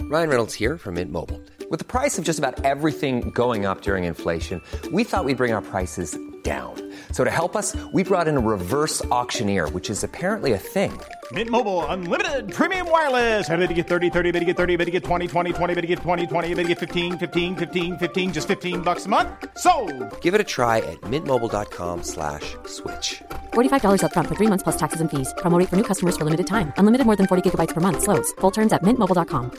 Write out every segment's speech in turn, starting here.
Ryan Reynolds here from Mint Mobile. With the price of just about everything going up during inflation, we thought we'd bring our prices down. So to help us, we brought in a reverse auctioneer, which is apparently a thing. Mint Mobile Unlimited Premium Wireless. How to get 30, 30, bit to get 30, bit to get 20, 20, 20, bit to get 20, 20, bit to get 15, 15, 15, 15, just $15 a month? Sold! Give it a try at mintmobile.com/switch. $45 up front for 3 months plus taxes and fees. Promo rate for new customers for limited time. Unlimited more than 40 gigabytes per month. Slows full terms at mintmobile.com.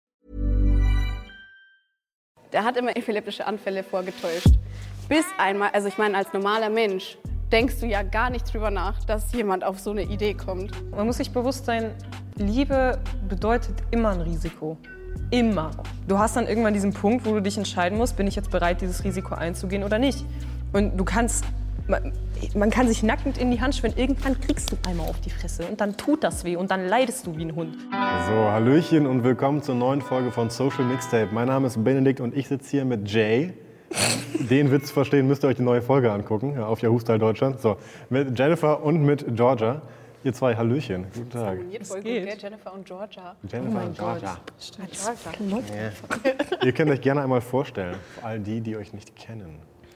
Der hat immer epileptische Anfälle vorgetäuscht. Bis einmal, also ich meine, als normaler Mensch denkst du ja gar nicht drüber nach, dass jemand auf so eine Idee kommt. Man muss sich bewusst sein, Liebe bedeutet immer ein Risiko. Immer. Du hast dann irgendwann diesen Punkt, wo du dich entscheiden musst, bin ich jetzt bereit, dieses Risiko einzugehen oder nicht. Und du kannst, man kann sich nackend in die Hand schwimmen, irgendwann kriegst du einmal auf die Fresse und dann tut das weh und dann leidest du wie ein Hund. So, Hallöchen und willkommen zur neuen Folge von Social Mixtape. Mein Name ist Benedikt und ich sitze hier mit Jay. Den Witz verstehen, müsst ihr euch die neue Folge angucken, auf Yahoo Style Deutschland. So, mit Jennifer und mit Georgia. Ihr zwei, Hallöchen. Guten Tag. Voll gut, gell? Jennifer und Georgia. Jennifer und Georgia. Georgia. Ja. Ihr könnt euch gerne einmal vorstellen, für all die, die euch nicht kennen.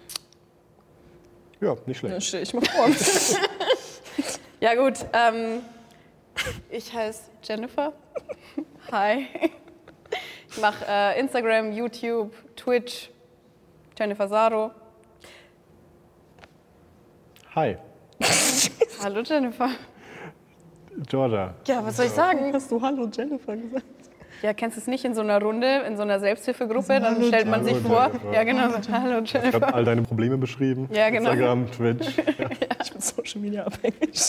Ja, nicht schlecht. Dann stell ich mal vor. Ja gut, ich heiße Jennifer. Hi. Ich mache Instagram, YouTube, Twitch. Jennifer Saro. Hi. Hallo Jennifer. Georgia. Ja, was soll ich sagen? Hast du Hallo Jennifer gesagt? Ja, kennst du es nicht in so einer Runde, in so einer Selbsthilfegruppe? Dann stellt man sich vor. Jennifer. Ja, genau. Hallo Ich habe Jennifer. all deine Probleme beschrieben. Ja, genau. Instagram, Twitch. Ja. Ich bin Social Media abhängig.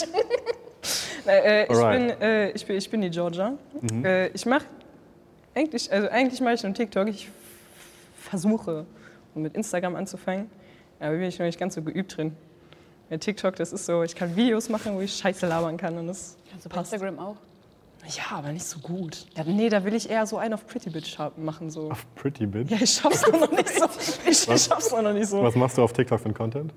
Ich bin die Georgia. Ich mache eigentlich mache ich nur TikTok. Ich versuche, mit Instagram anzufangen, aber bin ich noch nicht ganz so geübt drin. Bei TikTok, das ist so, ich kann Videos machen, wo ich Scheiße labern kann und das Kannst du bei Instagram auch? Ja, aber nicht so gut. Ja, nee, da will ich eher so einen auf Pretty Bitch machen. So. Auf Pretty Bitch? Ja, ich schaff's noch nicht so. Ich schaff's noch nicht so. Was machst du auf TikTok für einen Content?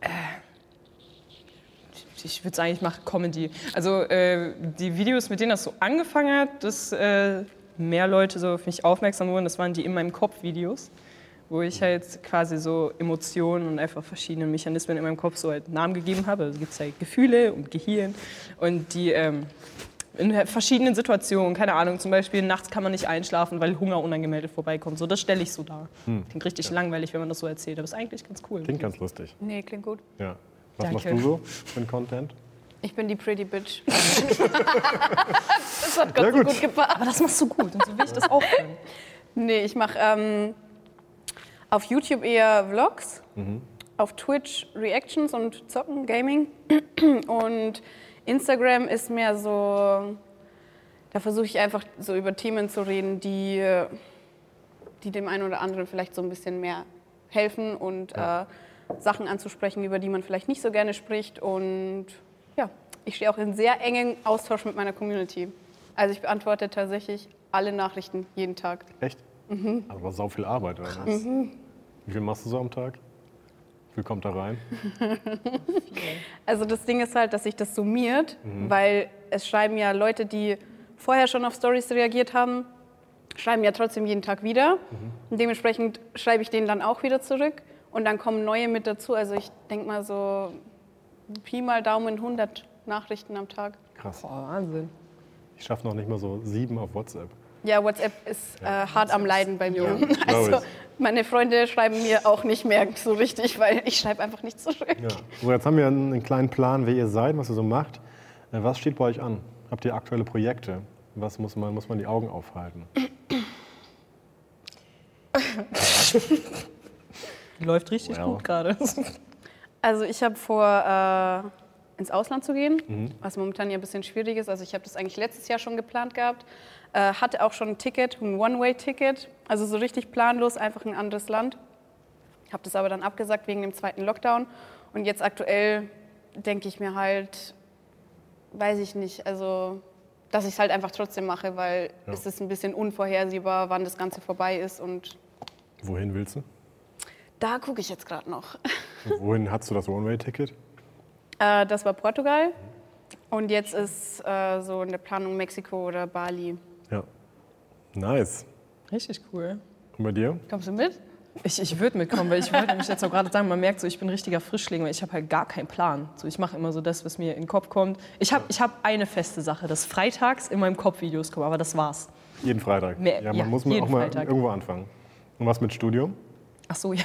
Ich würde sagen, ich mache Comedy. Also die Videos, mit denen das so angefangen hat, dass mehr Leute so auf mich aufmerksam wurden, das waren die in meinem Kopf-Videos, wo ich halt quasi so Emotionen und einfach verschiedene Mechanismen in meinem Kopf so halt Namen gegeben habe. Also gibt es halt Gefühle und Gehirn und die in verschiedenen Situationen, keine Ahnung, zum Beispiel nachts kann man nicht einschlafen, weil Hunger unangemeldet vorbeikommt. So, das stelle ich so dar. Klingt richtig langweilig, wenn man das so erzählt, aber ist eigentlich ganz cool. Klingt ganz lustig. Nee, klingt gut. Ja. Was Danke. machst du so für einen Content? Ich bin die Pretty Bitch. Das hat Gott so gut gepasst. Aber das machst du gut und so will ich das auch können. Nee, ich mache auf YouTube eher Vlogs, auf Twitch Reactions und Zocken, Gaming. Und Instagram ist mehr so, da versuche ich einfach so über Themen zu reden, die dem einen oder anderen vielleicht so ein bisschen mehr helfen und Sachen anzusprechen, über die man vielleicht nicht so gerne spricht. Und ja, ich stehe auch in sehr engen Austausch mit meiner Community. Also ich beantworte tatsächlich alle Nachrichten jeden Tag. Echt? Aber sau viel Arbeit, oder was? Wie viel machst du so am Tag? Wie viel kommt da rein? Also das Ding ist halt, dass sich das summiert, weil es schreiben ja Leute, die vorher schon auf Stories reagiert haben, schreiben ja trotzdem jeden Tag wieder. Und dementsprechend schreibe ich denen dann auch wieder zurück. Und dann kommen neue mit dazu. Also ich denke mal so Pi mal Daumen 100 Nachrichten am Tag. Krass. Boah, Wahnsinn. Ich schaffe noch nicht mal so 7 auf WhatsApp. Ja, WhatsApp ist hart am Leiden bei mir. Ja, Also meine Freunde schreiben mir auch nicht mehr so richtig, weil ich schreibe einfach nicht zurück. Ja. So, jetzt haben wir einen kleinen Plan, wer ihr seid, was ihr so macht. Was steht bei euch an? Habt ihr aktuelle Projekte? Was muss man die Augen aufhalten? Läuft richtig gut gerade. Also ich habe vor, ins Ausland zu gehen, was momentan ja ein bisschen schwierig ist. Also ich habe das eigentlich letztes Jahr schon geplant gehabt. Hatte auch schon ein Ticket, ein One-Way-Ticket. Also so richtig planlos, einfach ein anderes Land. Habe das aber dann abgesagt wegen dem zweiten Lockdown. Und jetzt aktuell denke ich mir halt, weiß ich nicht, also dass ich es halt einfach trotzdem mache, weil es ist ein bisschen unvorhersehbar, wann das Ganze vorbei ist. Und wohin willst du? da gucke ich jetzt gerade noch. Wohin hast du das One-Way-Ticket? Das war Portugal und jetzt ist so in der Planung Mexiko oder Bali. Ja, nice. Richtig cool. Und bei dir? Kommst du mit? Ich würde mitkommen, weil ich wollte nämlich jetzt auch gerade sagen, man merkt so, ich bin ein richtiger Frischling, weil ich habe halt gar keinen Plan. So, ich mache immer so das, was mir in den Kopf kommt. Ich hab eine feste Sache, dass freitags in meinem Kopf Videos kommen, aber das war's. Jeden Freitag? Man muss jeden auch mal Freitag. irgendwo anfangen. Und was mit Studium? Ach so, ja.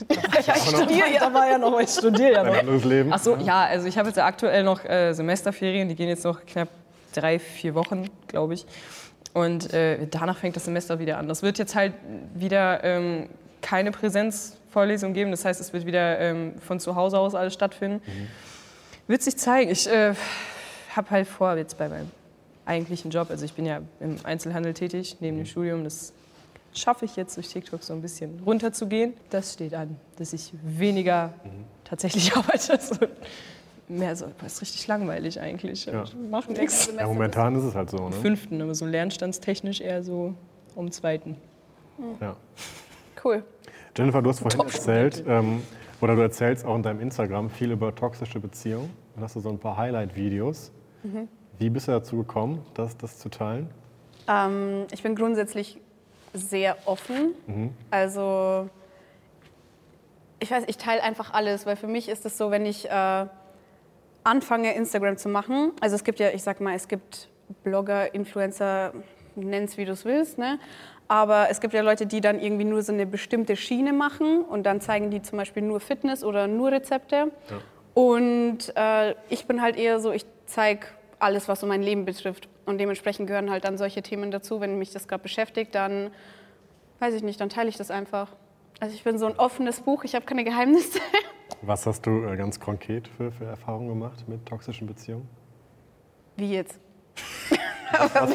Da war ja noch, ich studiere ja Ein noch. anderes Leben? Ach so, ja, also ich habe jetzt ja aktuell noch Semesterferien, die gehen jetzt noch knapp 3-4 Wochen, glaube ich. Und danach fängt das Semester wieder an. Das wird jetzt halt wieder keine Präsenzvorlesung geben, das heißt, es wird wieder von zu Hause aus alles stattfinden. Wird sich zeigen. Ich habe halt vor, jetzt bei meinem eigentlichen Job, also ich bin ja im Einzelhandel tätig, neben dem Studium, das schaffe ich jetzt durch TikTok so ein bisschen runterzugehen. Das steht an, dass ich weniger tatsächlich arbeite. So, mehr so, das ist richtig langweilig eigentlich. Ja. Ich mache nichts. Ja, momentan ist es halt so, ne? 5., aber so lernstandstechnisch eher so um 2. Ja. Cool. Jennifer, du hast vorhin erzählt, oder du erzählst auch in deinem Instagram viel über toxische Beziehungen. Dann hast du so ein paar Highlight-Videos. Wie bist du dazu gekommen, das zu teilen? Ich bin grundsätzlich sehr offen. Also ich weiß, ich teile einfach alles, weil für mich ist es so, wenn ich anfange, Instagram zu machen, also es gibt ja, ich sag mal, es gibt Blogger, Influencer, nenn's wie du es willst, ne? Aber es gibt ja Leute, die dann irgendwie nur so eine bestimmte Schiene machen und dann zeigen die zum Beispiel nur Fitness oder nur Rezepte. Ja. Und ich bin halt eher so, ich zeige alles, was so mein Leben betrifft. Und dementsprechend gehören halt dann solche Themen dazu. Wenn mich das gerade beschäftigt, dann, weiß ich nicht, dann teile ich das einfach. Also ich bin so ein offenes Buch, ich habe keine Geheimnisse. Was hast du ganz konkret für Erfahrungen gemacht mit toxischen Beziehungen? Wie jetzt? Was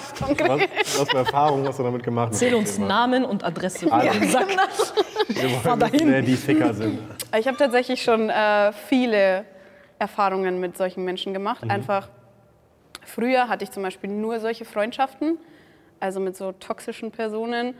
für Erfahrungen hast du damit gemacht? Erzähl uns Namen und Adresse. Ja, genau. Wir wollen wissen, wer die Ficker sind. Ich habe tatsächlich schon viele Erfahrungen mit solchen Menschen gemacht. Einfach früher hatte ich zum Beispiel nur solche Freundschaften, also mit so toxischen Personen.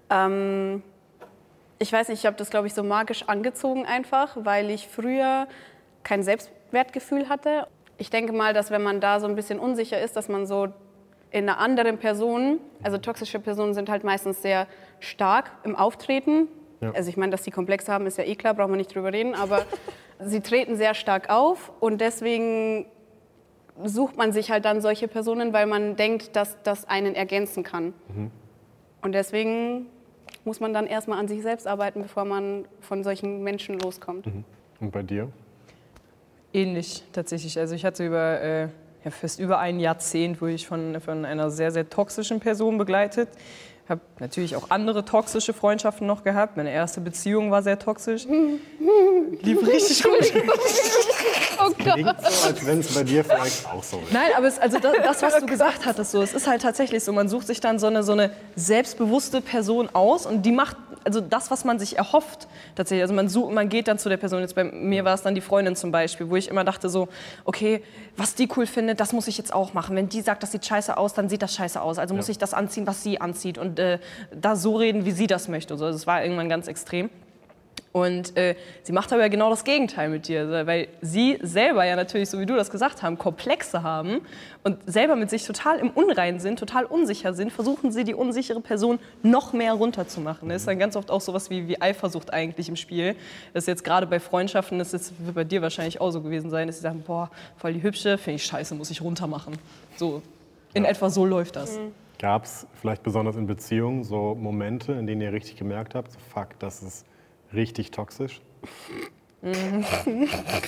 Ich weiß nicht, ich habe das, glaube ich, so magisch angezogen einfach, weil ich früher kein Selbstwertgefühl hatte. Ich denke mal, dass wenn man da so ein bisschen unsicher ist, dass man so in einer anderen Person, also toxische Personen sind halt meistens sehr stark im Auftreten. Ja. Also ich meine, dass die Komplexe haben, ist ja eh klar, brauchen wir nicht drüber reden, aber sie treten sehr stark auf und deswegen sucht man sich halt dann solche Personen, weil man denkt, dass das einen ergänzen kann. Und deswegen muss man dann erstmal an sich selbst arbeiten, bevor man von solchen Menschen loskommt. Und bei dir? Ähnlich tatsächlich. Also ich hatte über fast über ein Jahrzehnt, wo ich von einer sehr, sehr toxischen Person begleitet. Habe natürlich auch andere toxische Freundschaften noch gehabt. Meine erste Beziehung war sehr toxisch. Lief richtig gut. Oh Gott. Klingt so, als wenn es bei dir vielleicht auch so ist. Nein, aber das, was du gesagt hattest, so, es ist halt tatsächlich so, man sucht sich dann so eine selbstbewusste Person aus und die macht also das, was man sich erhofft tatsächlich. Also man geht dann zu der Person, jetzt bei mir war es dann die Freundin zum Beispiel, wo ich immer dachte so, okay, was die cool findet, das muss ich jetzt auch machen. Wenn die sagt, das sieht scheiße aus, dann sieht das scheiße aus. Also muss ich das anziehen, was sie anzieht und da so reden, wie sie das möchte. Also das war irgendwann ganz extrem. Und sie macht aber genau das Gegenteil mit dir, weil sie selber ja natürlich, so wie du das gesagt hast, Komplexe haben und selber mit sich total im Unreinen sind, total unsicher sind, versuchen sie die unsichere Person noch mehr runterzumachen. Das ist dann ganz oft auch sowas wie Eifersucht eigentlich im Spiel. Das ist jetzt gerade bei Freundschaften, das wird bei dir wahrscheinlich auch so gewesen sein, dass sie sagen, boah, voll die Hübsche, finde ich scheiße, muss ich runtermachen. So, in etwa so läuft das. Gab es vielleicht besonders in Beziehungen so Momente, in denen ihr richtig gemerkt habt, so, fuck, das ist richtig toxisch? Entschuldigung.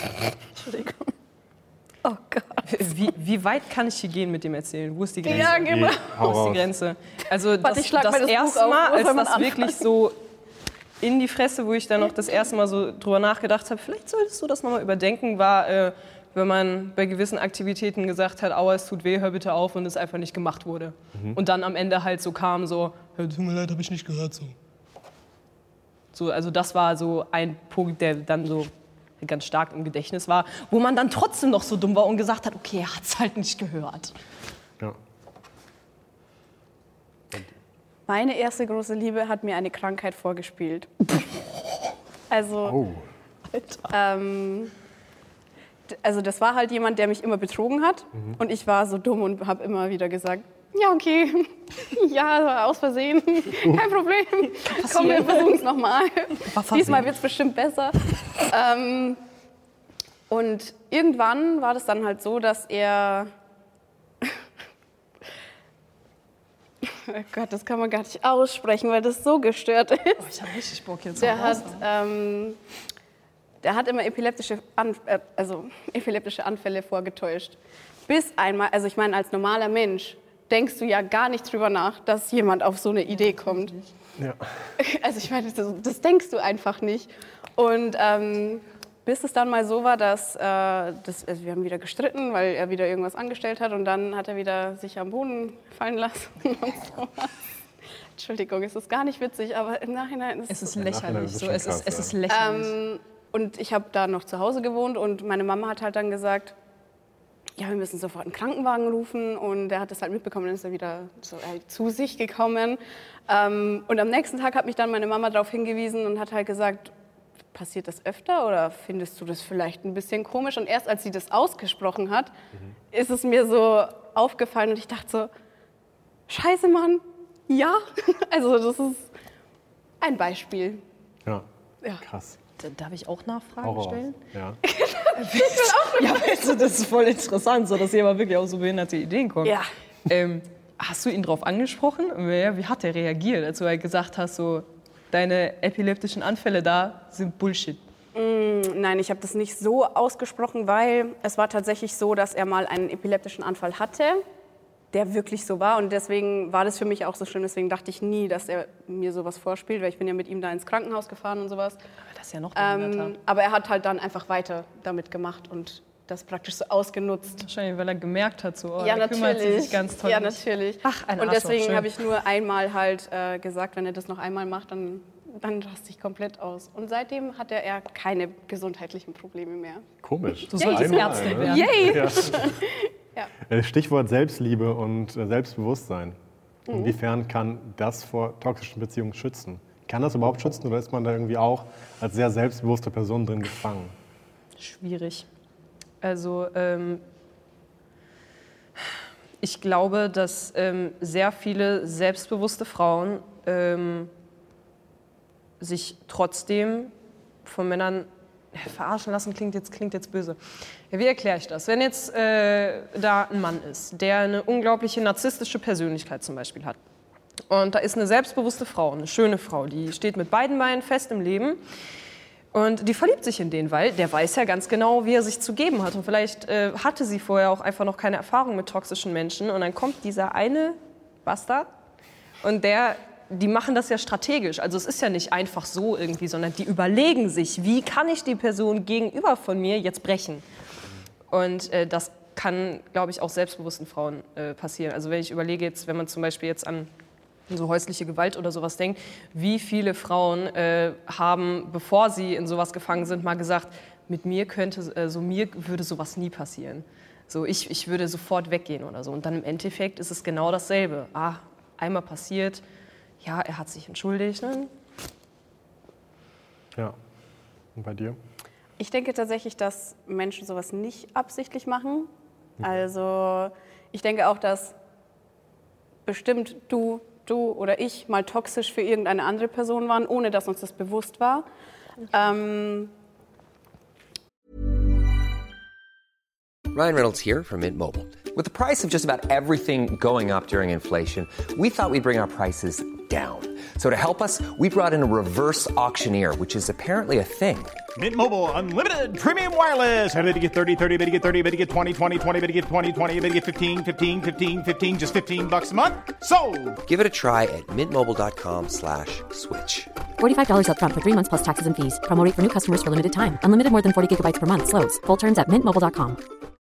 Oh Gott. Wie weit kann ich hier gehen mit dem Erzählen? Wo ist die Grenze? Ja, genau. Wo ist die Grenze? Also Warte, ich schlag mal das erste Buch auf, Mal, wo als soll man das anfangen? wirklich so in die Fresse, wo ich dann noch das erste Mal so drüber nachgedacht habe, vielleicht solltest du das nochmal überdenken, war, wenn man bei gewissen Aktivitäten gesagt hat, aua, es tut weh, hör bitte auf, und es einfach nicht gemacht wurde. Und dann am Ende halt so kam so, tut mir leid, hab ich nicht gehört, so, also das war so ein Punkt, der dann so ganz stark im Gedächtnis war, wo man dann trotzdem noch so dumm war und gesagt hat, okay, er hat's halt nicht gehört. Ja. Meine erste große Liebe hat mir eine Krankheit vorgespielt. Also, also das war halt jemand, der mich immer betrogen hat. Und ich war so dumm und habe immer wieder gesagt, ja, okay. Ja, aus Versehen. Kein Problem. Komm, wir versuchen es nochmal. Diesmal wird es bestimmt besser. Und irgendwann war das dann halt so, dass er... Oh Gott, das kann man gar nicht aussprechen, weil das so gestört ist. Oh, ich habe richtig Bock jetzt. Der hat immer epileptische Anfälle vorgetäuscht. Bis einmal, also ich meine, als normaler Mensch denkst du ja gar nicht drüber nach, dass jemand auf so eine Idee kommt. Ja. Also ich meine, das denkst du einfach nicht. Und bis es dann mal so war, dass also wir haben wieder gestritten, weil er wieder irgendwas angestellt hat und dann hat er wieder sich am Boden fallen lassen und sowas. Entschuldigung, es ist gar nicht witzig, aber im Nachhinein ist es lächerlich. ist So, schon es krass, ist lächerlich. und ich habe da noch zu Hause gewohnt und meine Mama hat halt dann gesagt, ja, wir müssen sofort einen Krankenwagen rufen. Und er hat das halt mitbekommen, dann ist er wieder so zu sich gekommen. Und am nächsten Tag hat mich dann meine Mama darauf hingewiesen und hat halt gesagt, passiert das öfter oder findest du das vielleicht ein bisschen komisch? Und erst als sie das ausgesprochen hat, ist es mir so aufgefallen und ich dachte so, scheiße Mann, ja. Also das ist ein Beispiel. Ja, Ja. krass. Darf ich auch Nachfragen Hau raus. stellen? Ja. Ja, weißt du, das ist voll interessant, so, dass jemand wirklich auf so behinderte Ideen kommt. Ja. Hast du ihn darauf angesprochen? Wie hat er reagiert, als du halt gesagt hast, so, deine epileptischen Anfälle da sind Bullshit? Nein, ich habe das nicht so ausgesprochen, weil es war tatsächlich so, dass er mal einen epileptischen Anfall hatte, der wirklich so war. Und deswegen war das für mich auch so schlimm. Deswegen dachte ich nie, dass er mir sowas vorspielt, weil ich bin ja mit ihm da ins Krankenhaus gefahren und sowas. Aber das ist ja noch behinderter. Aber er hat halt dann einfach weiter damit gemacht und das praktisch so ausgenutzt. Wahrscheinlich, weil er gemerkt hat, so, oh, Ja, er kümmert natürlich. sich ganz toll. Ja, um mich. natürlich. Ach, ein und Arschloch, deswegen schön. habe ich nur einmal halt gesagt, wenn er das noch einmal macht, dann raste ich komplett aus. Und seitdem hat er keine gesundheitlichen Probleme mehr. Komisch. Du solltest Einmal, Ärztin ne? werden. Yay! Ja. Stichwort Selbstliebe und Selbstbewusstsein. Inwiefern kann das vor toxischen Beziehungen schützen? Kann das überhaupt schützen oder ist man da irgendwie auch als sehr selbstbewusste Person drin gefangen? Schwierig. Also ich glaube, dass sehr viele selbstbewusste Frauen sich trotzdem von Männern verarschen lassen, klingt jetzt böse. Ja, wie erkläre ich das? Wenn jetzt da ein Mann ist, der eine unglaubliche narzisstische Persönlichkeit zum Beispiel hat und da ist eine selbstbewusste Frau, eine schöne Frau, die steht mit beiden Beinen fest im Leben und die verliebt sich in den, weil der weiß ja ganz genau, wie er sich zu geben hat und vielleicht hatte sie vorher auch einfach noch keine Erfahrung mit toxischen Menschen und dann kommt dieser eine Bastard und die machen das ja strategisch. Also es ist ja nicht einfach so irgendwie, sondern die überlegen sich, wie kann ich die Person gegenüber von mir jetzt brechen. Und das kann, glaube ich, auch selbstbewussten Frauen passieren. Also wenn ich überlege jetzt, wenn man zum Beispiel jetzt an so häusliche Gewalt oder sowas denkt, wie viele Frauen haben, bevor sie in sowas gefangen sind, mal gesagt, mit mir mir würde sowas nie passieren. So, ich würde sofort weggehen oder so. Und dann im Endeffekt ist es genau dasselbe. Einmal passiert, ja, er hat sich entschuldigt. Ne? Ja. Und bei dir? Ich denke tatsächlich, dass Menschen sowas nicht absichtlich machen. Also ich denke auch, dass bestimmt du oder ich mal toxisch für irgendeine andere Person waren, ohne dass uns das bewusst war. Ryan Reynolds here from Mint Mobile. With the price of just about everything going up during inflation, we thought we'd bring our prices down. So to help us, we brought in a reverse auctioneer, which is apparently a thing. Mint Mobile Unlimited Premium Wireless. How to get 30, 30, bit to get 30, bit to get 20, 20, 20, bit to get 20, 20, bit to get 15, 15, 15, 15, just $15 a month? Sold! Give it a try at mintmobile.com/switch. $45 up front for 3 months plus taxes and fees. Promo rate for new customers for limited time. Unlimited more than 40 gigabytes per month. Slows full terms at mintmobile.com.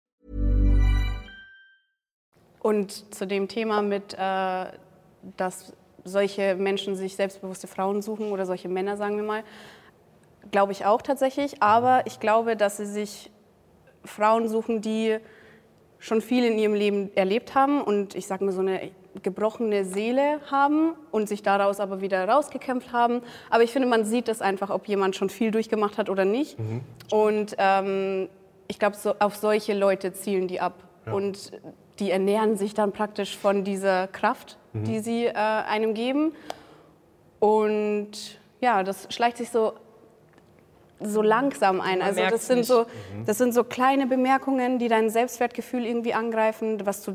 Und zu dem Thema mit, dass solche Menschen sich selbstbewusste Frauen suchen oder solche Männer, sagen wir mal, glaube ich auch tatsächlich. Aber ich glaube, dass sie sich Frauen suchen, die schon viel in ihrem Leben erlebt haben und ich sage mal so eine gebrochene Seele haben und sich daraus aber wieder rausgekämpft haben. Aber ich finde, man sieht das einfach, ob jemand schon viel durchgemacht hat oder nicht. Und ich glaube, auf solche Leute zielen die ab. Ja. Und die ernähren sich dann praktisch von dieser Kraft, die sie einem geben. Und ja, das schleicht sich so langsam ein. Also das sind so kleine Bemerkungen, die dein Selbstwertgefühl irgendwie angreifen.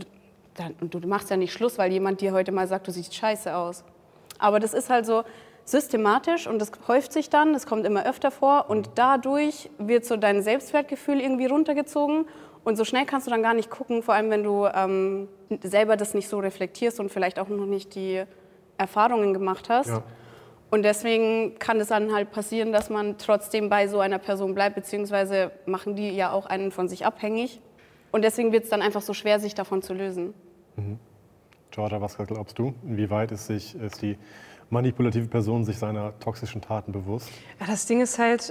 Du machst ja nicht Schluss, weil jemand dir heute mal sagt, du siehst scheiße aus. Aber das ist halt so systematisch und das häuft sich dann, das kommt immer öfter vor und dadurch wird so dein Selbstwertgefühl irgendwie runtergezogen und so schnell kannst du dann gar nicht gucken, vor allem wenn du selber das nicht so reflektierst und vielleicht auch noch nicht die Erfahrungen gemacht hast. Ja. Und deswegen kann es dann halt passieren, dass man trotzdem bei so einer Person bleibt, beziehungsweise machen die ja auch einen von sich abhängig. Und deswegen wird es dann einfach so schwer, sich davon zu lösen. Georgia, was glaubst du? Inwieweit ist die manipulative Person sich seiner toxischen Taten bewusst? Ja, das Ding ist halt,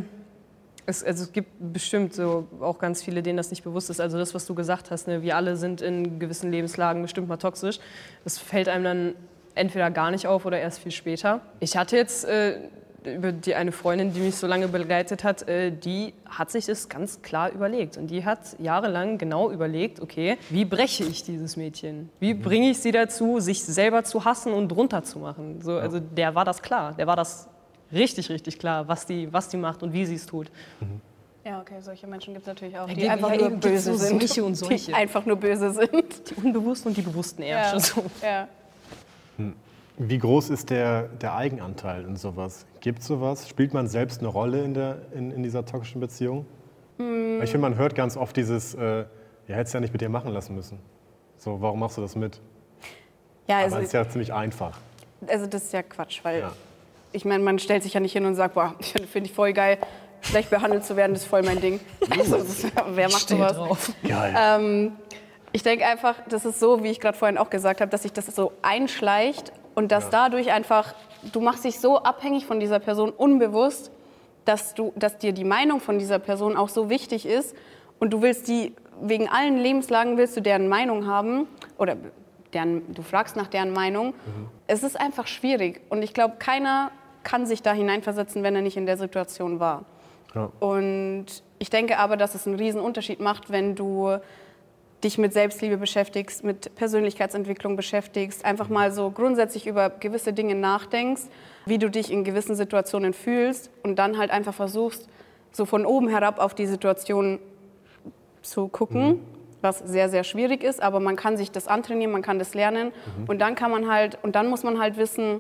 es gibt bestimmt so auch ganz viele, denen das nicht bewusst ist. Also das, was du gesagt hast, ne? Wir alle sind in gewissen Lebenslagen bestimmt mal toxisch. Das fällt einem dann entweder gar nicht auf oder erst viel später. Ich hatte jetzt über eine Freundin, die mich so lange begleitet hat, die hat sich das ganz klar überlegt. Und die hat jahrelang genau überlegt, okay, wie breche ich dieses Mädchen? Wie bringe ich sie dazu, sich selber zu hassen und runterzumachen? So, also der war das klar. Der war das richtig, richtig klar, was die macht und wie sie es tut. Ja, okay, solche Menschen gibt es natürlich auch, Ja, die einfach nur böse sind. Solche und solche. Die einfach nur böse sind. Die Unbewussten und die Bewussten eher. Ja. So. Ja. Wie groß ist der Eigenanteil in sowas? Gibt es sowas? Spielt man selbst eine Rolle in dieser toxischen Beziehung? Ich finde, man hört ganz oft dieses, ja, hättest ja nicht mit dir machen lassen müssen. So, warum machst du das mit? Ja, aber es ist ja ziemlich einfach. Also das ist ja Quatsch, weil ich meine, man stellt sich ja nicht hin und sagt, boah, finde ich voll geil, schlecht behandelt zu werden, das ist voll mein Ding. Also, wer macht sowas? Drauf. Geil. Ich denke einfach, das ist so, wie ich gerade vorhin auch gesagt habe, dass sich das so einschleicht und dass dadurch einfach, du machst dich so abhängig von dieser Person unbewusst, dass dir die Meinung von dieser Person auch so wichtig ist und du willst wegen allen Lebenslagen willst du deren Meinung haben oder du fragst nach deren Meinung. Es ist einfach schwierig und ich glaube, keiner kann sich da hineinversetzen, wenn er nicht in der Situation war. Ja. Und ich denke aber, dass es einen riesen Unterschied macht, wenn du dich mit Selbstliebe beschäftigst, mit Persönlichkeitsentwicklung beschäftigst, einfach mal so grundsätzlich über gewisse Dinge nachdenkst, wie du dich in gewissen Situationen fühlst und dann halt einfach versuchst, so von oben herab auf die Situation zu gucken, was sehr, sehr schwierig ist, aber man kann sich das antrainieren, man kann das lernen und dann muss man halt wissen,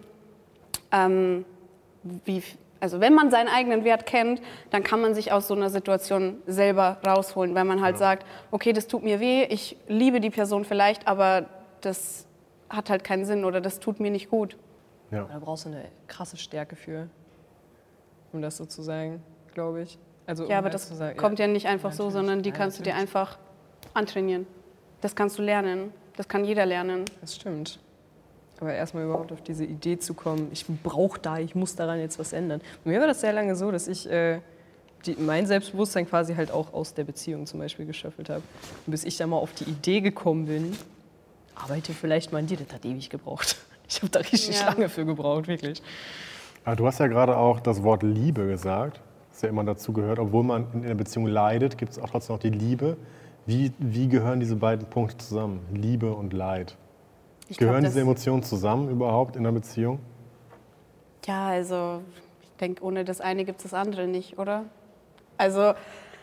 also wenn man seinen eigenen Wert kennt, dann kann man sich aus so einer Situation selber rausholen, weil man halt sagt, okay, das tut mir weh, ich liebe die Person vielleicht, aber das hat halt keinen Sinn oder das tut mir nicht gut. Ja. Da brauchst du eine krasse Stärke für, um das so zu sagen, glaube ich. Also, ja, aber das kommt ja nicht einfach so, sondern die kannst du dir einfach antrainieren. Das kannst du lernen, das kann jeder lernen. Das stimmt. Aber erstmal überhaupt auf diese Idee zu kommen, ich muss daran jetzt was ändern. Bei mir war das sehr lange so, dass ich mein Selbstbewusstsein quasi halt auch aus der Beziehung zum Beispiel geschöffelt habe. Und bis ich dann mal auf die Idee gekommen bin, arbeite vielleicht mal an dir, das hat ewig gebraucht. Ich habe da richtig lange für gebraucht, wirklich. Aber du hast ja gerade auch das Wort Liebe gesagt, das ja immer dazu gehört. Obwohl man in einer Beziehung leidet, gibt es auch trotzdem noch die Liebe. Wie gehören diese beiden Punkte zusammen, Liebe und Leid? Gehören diese Emotionen zusammen überhaupt in einer Beziehung? Ja, also ich denke, ohne das eine gibt es das andere nicht, oder? Also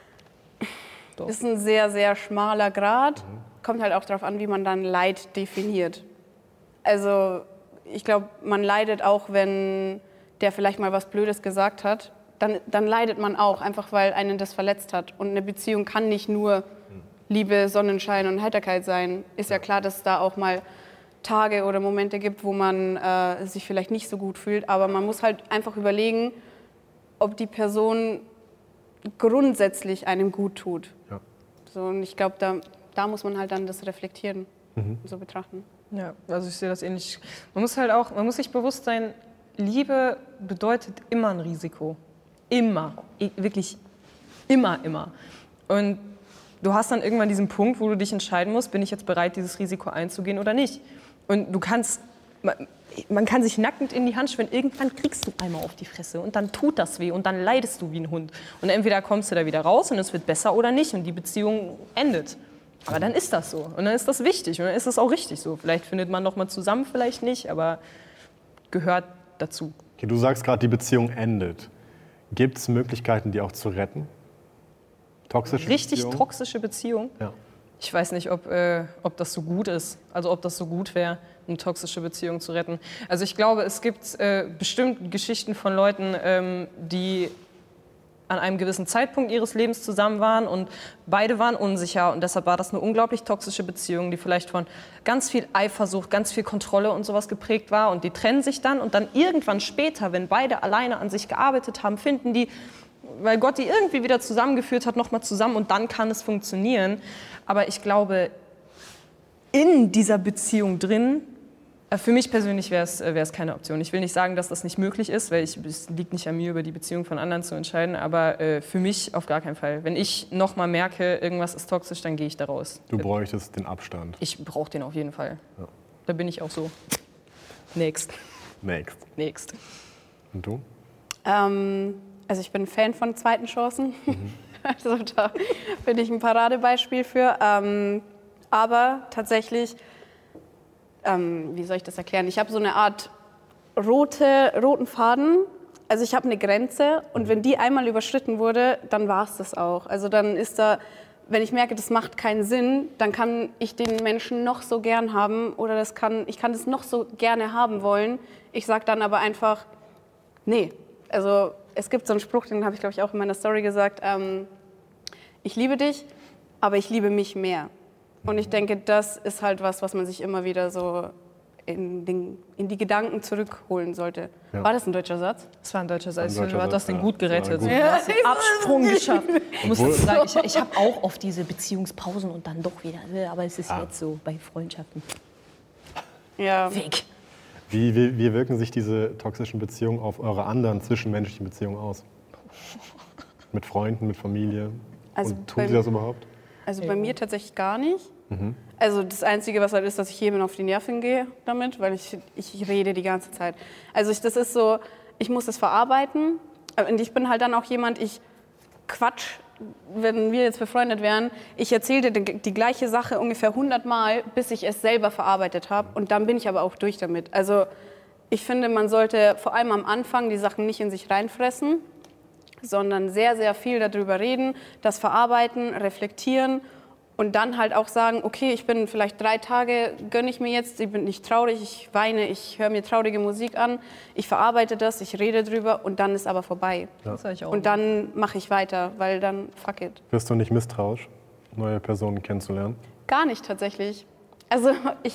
ist ein sehr, sehr schmaler Grat. Kommt halt auch darauf an, wie man dann Leid definiert. Also ich glaube, man leidet auch, wenn der vielleicht mal was Blödes gesagt hat. Dann leidet man auch, einfach weil einen das verletzt hat. Und eine Beziehung kann nicht nur Liebe, Sonnenschein und Heiterkeit sein. Ist ja klar, dass es da auch mal Tage oder Momente gibt, wo man sich vielleicht nicht so gut fühlt. Aber man muss halt einfach überlegen, ob die Person grundsätzlich einem gut tut. Ja. So, und ich glaube, da muss man halt dann das reflektieren und so betrachten. Ja, also ich sehe das ähnlich. Man muss sich bewusst sein, Liebe bedeutet immer ein Risiko. Immer. Wirklich immer. Und du hast dann irgendwann diesen Punkt, wo du dich entscheiden musst, bin ich jetzt bereit, dieses Risiko einzugehen oder nicht. Und man kann sich nackend in die Hand schwimmen, irgendwann kriegst du einmal auf die Fresse und dann tut das weh und dann leidest du wie ein Hund. Und entweder kommst du da wieder raus und es wird besser oder nicht und die Beziehung endet. Aber dann ist das so und dann ist das wichtig und dann ist das auch richtig so. Vielleicht findet man noch mal zusammen, vielleicht nicht, aber gehört dazu. Okay, du sagst gerade, die Beziehung endet. Gibt es Möglichkeiten, die auch zu retten? Toxische Richtig Beziehung? toxische Beziehung? Ja. Ich weiß nicht, ob das so gut ist. Also ob das so gut wäre, eine toxische Beziehung zu retten. Also ich glaube, es gibt bestimmt Geschichten von Leuten, die an einem gewissen Zeitpunkt ihres Lebens zusammen waren und beide waren unsicher und deshalb war das eine unglaublich toxische Beziehung, die vielleicht von ganz viel Eifersucht, ganz viel Kontrolle und sowas geprägt war und die trennen sich dann und dann irgendwann später, wenn beide alleine an sich gearbeitet haben, finden die, weil Gott die irgendwie wieder zusammengeführt hat, nochmal zusammen und dann kann es funktionieren. Aber ich glaube, in dieser Beziehung drin, für mich persönlich wäre es keine Option. Ich will nicht sagen, dass das nicht möglich ist, weil es liegt nicht an mir, über die Beziehung von anderen zu entscheiden, aber für mich auf gar keinen Fall. Wenn ich noch mal merke, irgendwas ist toxisch, dann gehe ich da raus. Du bräuchtest den Abstand. Ich brauche den auf jeden Fall. Ja. Da bin ich auch so. Next. Und du? Also ich bin Fan von zweiten Chancen. Also da bin ich ein Paradebeispiel für. Aber tatsächlich, wie soll ich das erklären? Ich habe so eine Art roten Faden. Also ich habe eine Grenze und wenn die einmal überschritten wurde, dann war es das auch. Also dann ist da, wenn ich merke, das macht keinen Sinn, dann kann ich den Menschen noch so gern haben oder ich kann das noch so gerne haben wollen. Ich sage dann aber einfach, nee. Also es gibt so einen Spruch, den habe ich glaube ich auch in meiner Story gesagt, ich liebe dich, aber ich liebe mich mehr. Und ich denke, das ist halt was man sich immer wieder so in die Gedanken zurückholen sollte. Ja. War das ein deutscher Satz? Das war ein deutscher Satz. Du hast den gut gerettet. Gut. Du hast den Absprung geschafft. Ich muss dazu sagen, Ich habe auch oft diese Beziehungspausen und dann doch wieder. Aber es ist jetzt so bei Freundschaften. Ja. Weg. Wie wirken sich diese toxischen Beziehungen auf eure anderen zwischenmenschlichen Beziehungen aus? Mit Freunden, mit Familie? Also und tun sie das überhaupt? Also bei mir tatsächlich gar nicht. Also das Einzige, was halt ist, dass ich jedem auf die Nerven gehe damit, weil ich rede die ganze Zeit. Also das ist so, ich muss das verarbeiten und ich bin halt dann auch jemand, ich quatsch, wenn wir jetzt befreundet wären, ich erzähle dir die gleiche Sache ungefähr 100 Mal, bis ich es selber verarbeitet habe und dann bin ich aber auch durch damit. Also ich finde, man sollte vor allem am Anfang die Sachen nicht in sich reinfressen, sondern sehr, sehr viel darüber reden, das verarbeiten, reflektieren und dann halt auch sagen, okay, ich bin vielleicht 3 Tage, gönne ich mir jetzt, ich bin nicht traurig, ich weine, ich höre mir traurige Musik an, ich verarbeite das, ich rede drüber und dann ist aber vorbei. Ja. Das ich auch. Und dann mache ich weiter, weil dann fuck it. Wirst du nicht misstrauisch, neue Personen kennenzulernen? Gar nicht tatsächlich. Also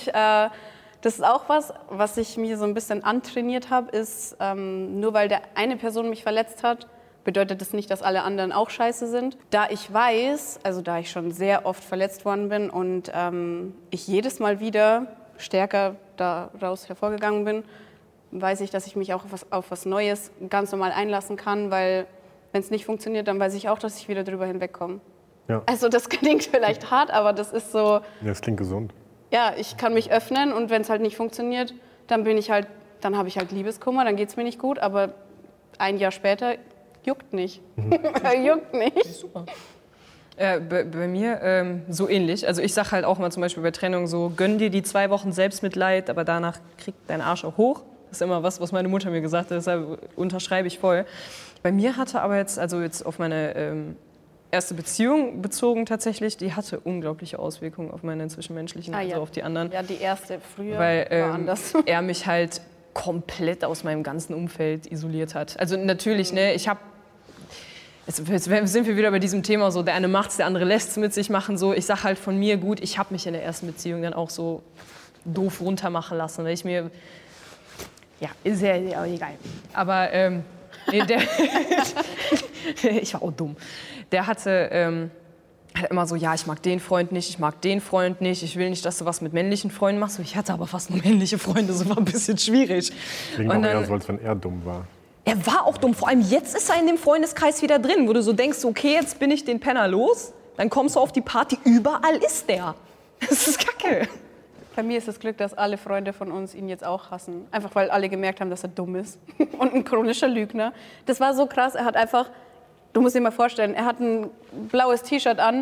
das ist auch was ich mir so ein bisschen antrainiert habe, ist, nur weil der eine Person mich verletzt hat, bedeutet das nicht, dass alle anderen auch scheiße sind. Da ich weiß, also da ich schon sehr oft verletzt worden bin und ich jedes Mal wieder stärker daraus hervorgegangen bin, weiß ich, dass ich mich auch auf was Neues ganz normal einlassen kann, weil wenn es nicht funktioniert, dann weiß ich auch, dass ich wieder drüber hinwegkomme. Ja. Also das klingt vielleicht hart, aber das ist so, Ja, das klingt gesund. ja, ich kann mich öffnen und wenn es halt nicht funktioniert, dann habe ich halt Liebeskummer, dann geht es mir nicht gut, aber ein Jahr später juckt nicht. Juckt nicht. Super. Bei mir so ähnlich. Also ich sage halt auch mal zum Beispiel bei Trennung so, gönn dir die 2 Wochen Selbstmitleid, aber danach kriegt dein Arsch auch hoch. Das ist immer was meine Mutter mir gesagt hat, deshalb unterschreibe ich voll. Bei mir hatte aber jetzt auf meine erste Beziehung bezogen tatsächlich, die hatte unglaubliche Auswirkungen auf meine zwischenmenschlichen, also auf die anderen. Ja, die erste früher weil war anders. er mich halt komplett aus meinem ganzen Umfeld isoliert hat. Also natürlich, ne, ich habe jetzt sind wir wieder bei diesem Thema, so der eine macht's, der andere lässt's mit sich machen. So, ich sag halt von mir, gut, ich habe mich in der ersten Beziehung dann auch so doof runtermachen lassen, weil ich mir, ja, ist ja egal. Aber nee, ich war auch dumm. Der hatte immer so, ja, ich mag den Freund nicht, ich mag den Freund nicht, ich will nicht, dass du was mit männlichen Freunden machst. Ich hatte aber fast nur männliche Freunde, so war ein bisschen schwierig. Klingt auch eher so, als wenn er dumm war. Er war auch dumm. Vor allem jetzt ist er in dem Freundeskreis wieder drin, wo du so denkst, okay, jetzt bin ich den Penner los. Dann kommst du auf die Party, überall ist der. Das ist kacke. Bei mir ist das Glück, dass alle Freunde von uns ihn jetzt auch hassen. Einfach weil alle gemerkt haben, dass er dumm ist. Und ein chronischer Lügner. Das war so krass, er hat einfach, du musst dir mal vorstellen, er hat ein blaues T-Shirt an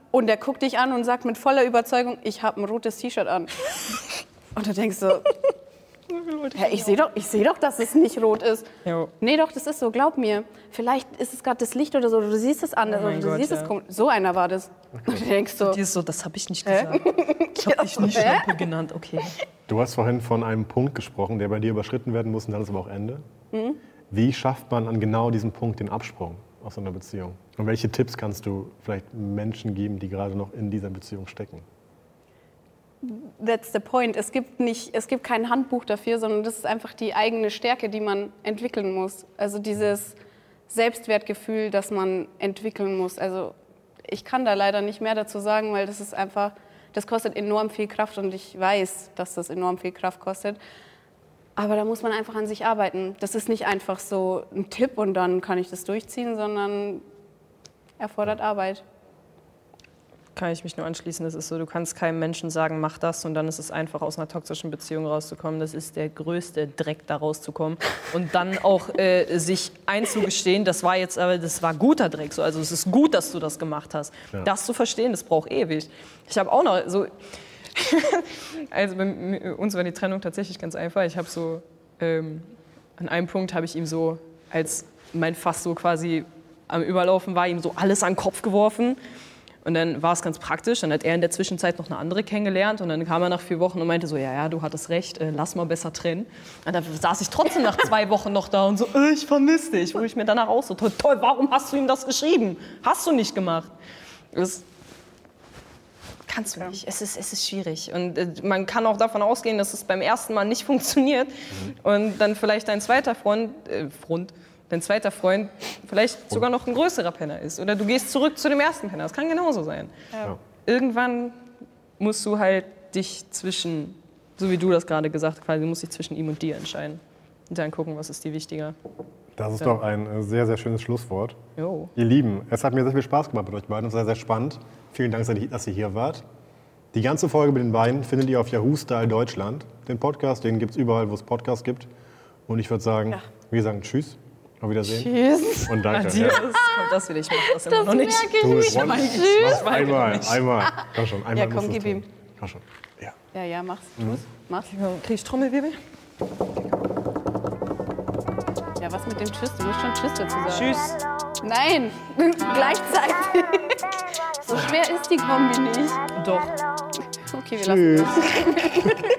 Und der guckt dich an und sagt mit voller Überzeugung, ich habe ein rotes T-Shirt an. Und du denkst so, ja, ich sehe doch, dass es nicht rot ist. Jo. Nee, doch, das ist so, glaub mir. Vielleicht ist es gerade das Licht oder so, du siehst es anders, oder du siehst es komisch. So einer war das. Und du denkst so, Die ist so, das habe ich nicht gesagt. Ich habe dich nicht Lampe genannt, okay. Du hast vorhin von einem Punkt gesprochen, der bei dir überschritten werden muss und dann ist aber auch Ende. Wie schafft man an genau diesem Punkt den Absprung aus so einer Beziehung? Und welche Tipps kannst du vielleicht Menschen geben, die gerade noch in dieser Beziehung stecken? that's the point. Es gibt kein Handbuch dafür, sondern das ist einfach die eigene Stärke, die man entwickeln muss. Also dieses Selbstwertgefühl, das man entwickeln muss. Also ich kann da leider nicht mehr dazu sagen, weil das ist einfach, das kostet enorm viel Kraft und ich weiß, dass das enorm viel Kraft kostet. Aber da muss man einfach an sich arbeiten. Das ist nicht einfach so ein Tipp und dann kann ich das durchziehen, sondern erfordert Arbeit. Kann ich mich nur anschließen. Das ist so, du kannst keinem Menschen sagen, mach das und dann ist es einfach aus einer toxischen Beziehung rauszukommen. Das ist der größte Dreck, da rauszukommen. Und dann auch sich einzugestehen, das war guter Dreck. So. Also es ist gut, dass du das gemacht hast. Ja. Das zu verstehen, das braucht ewig. Ich habe auch noch so... Also bei uns war die Trennung tatsächlich ganz einfach. Ich habe so, an einem Punkt habe ich ihm so, als mein Fass so quasi am Überlaufen war, ihm so alles an den Kopf geworfen. Und dann war es ganz praktisch. Dann hat er in der Zwischenzeit noch eine andere kennengelernt. Und dann kam er nach 4 Wochen und meinte so, ja, du hattest recht, lass mal besser trennen. Und dann saß ich trotzdem nach 2 Wochen noch da und so, ich vermisse dich. Wo ich mir danach auch so, toll, warum hast du ihm das geschrieben? Hast du nicht gemacht. Das kannst du nicht. Es ist schwierig. Und man kann auch davon ausgehen, dass es beim ersten Mal nicht funktioniert. Und dann vielleicht dein zweiter Freund vielleicht sogar noch ein größerer Penner ist. Oder du gehst zurück zu dem ersten Penner. Das kann genauso sein. Ja. Irgendwann musst du halt dich zwischen, so wie du das gerade gesagt hast, quasi musst dich zwischen ihm und dir entscheiden. Und dann gucken, was ist dir wichtiger. Das ist doch ein sehr, sehr schönes Schlusswort. Jo. Ihr Lieben, es hat mir sehr viel Spaß gemacht mit euch beiden. Es war sehr, sehr spannend. Vielen Dank, dass ihr hier wart. Die ganze Folge mit den beiden findet ihr auf Yahoo Style Deutschland. Den Podcast, den gibt es überall, wo es Podcasts gibt. Und ich würde sagen, wir sagen Tschüss. Auf Wiedersehen. Tschüss. Und danke. Adios. Kommt das wieder? Ich mach das immer noch nicht. Merke ich nicht. Einmal. Komm schon, einmal. Ja, komm, gib ihm. Komm schon. Ja. Ja, mach's. Tschüss. Mach's. Krieg ich Trommelwirbel? Ja, was mit dem Tschüss? Du musst schon Tschüss dazu sagen. Tschüss. Nein, gleichzeitig. So schwer ist die Kombi nicht. Doch. Okay, wir lassen es.